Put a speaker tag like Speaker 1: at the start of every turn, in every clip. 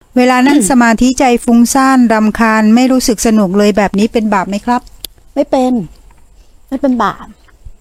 Speaker 1: เวลานั่งสมาธิใจฟุ้งซ่านรำคาญไม่รู้สึกสนุกเลยแบบนี้เป็นบาปไหมครับ
Speaker 2: ไม่เป็นบาป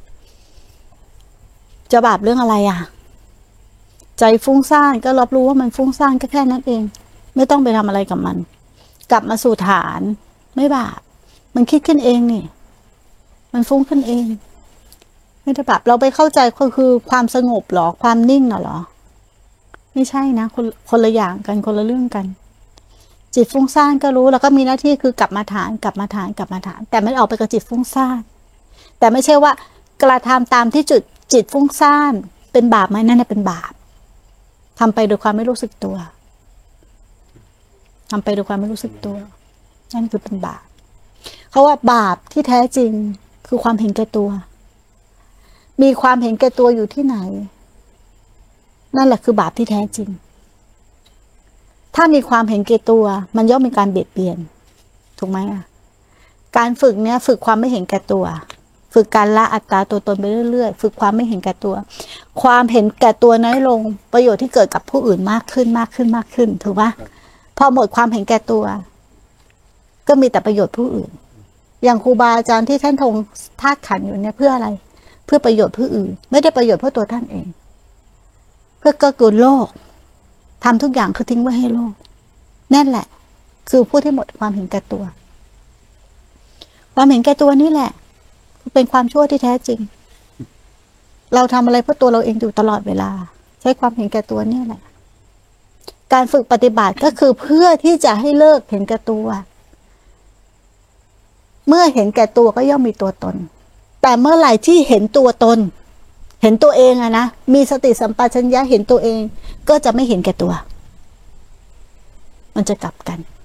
Speaker 2: จะบาปเรื่องอะไรอ่ะใจฟุ้งซ่านก็รับรู้ว่ามันฟุ้งซ่านก็แค่นั้นเองไม่ต้องไปทำอะไรกับมันกลับมาสู่ฐานไม่บาปมันคิดขึ้นเองนี่มันฟุ้งขึ้นเองไม่ได้บาปเราไปเข้าใจก็คือความสงบหรอความนิ่งน่ะหรอไม่ใช่นะคนละอย่างกันคนละเรื่องกันจิตฟุ้งซ่านก็รู้แล้วก็มีหน้าที่คือกลับมาฐานแต่ไม่ออกไปกับจิตฟุ้งซ่านแต่ไม่ใช่ว่ากระทำตามที่จิตฟุ้งซ่านเป็นบาปไหมนั่นเป็นบาปทำไปโดยความไม่รู้สึกตัวทำไปโดยความไม่รู้สึกตัวนั่นคือเป็นบาปเขาว่าบาปที่แท้จริงคือความเห็นแก่ตัวมีความเห็นแก่ตัวอยู่ที่ไหนนั่นแหละคือบาปที่แท้จริงถ้ามีความเห็นแก่ตัวมันย่อมมีการเบียดเบียนถูกไหมอ่ะการฝึกเนี้ยฝึกความไม่เห็นแก่ตัวฝึกการละอัตตาตัวตนไปเรื่อยๆฝึกความไม่เห็นแก่ตัวความเห็นแก่ตัวน้อยลงประโยชน์ที่เกิดกับผู้อื่นมากขึ้นถูกปะพอหมดความเห็นแก่ตัวก็มีแต่ประโยชน์ผู้อื่นอย่างครูบาอาจารย์ที่ท่านทงธาตุขันธ์อยู่เนี่ยเพื่ออะไรเพื่อประโยชน์ผู้อื่นไม่ได้ประโยชน์เพื่อตัวท่านเองเพื่อเกื้อกูลโลกทำทุกอย่างคือทิ้งไว้ให้โลกนั่นแหละคือผู้ที่หมดความเห็นแก่ตัวความเห็นแก่ตัวนี่แหละเป็นความชั่วที่แท้จริงเราทำอะไรเพื่อตัวเราเองอยู่ตลอดเวลาใช้ความเห็นแก่ตัวนี่แหละการฝึกปฏิบัติก็คือเพื่อที่จะให้เลิกเห็นแก่ตัวเมื่อเห็นแก่ตัวก็ย่อมมีตัวตนแต่เมื่อไหร่ที่เห็นตัวตนเห็นตัวเองอะนะมีสติสัมปชัญญะเห็นตัวเองก็จะไม่เห็นแก่ตัวมันจะกลับกัน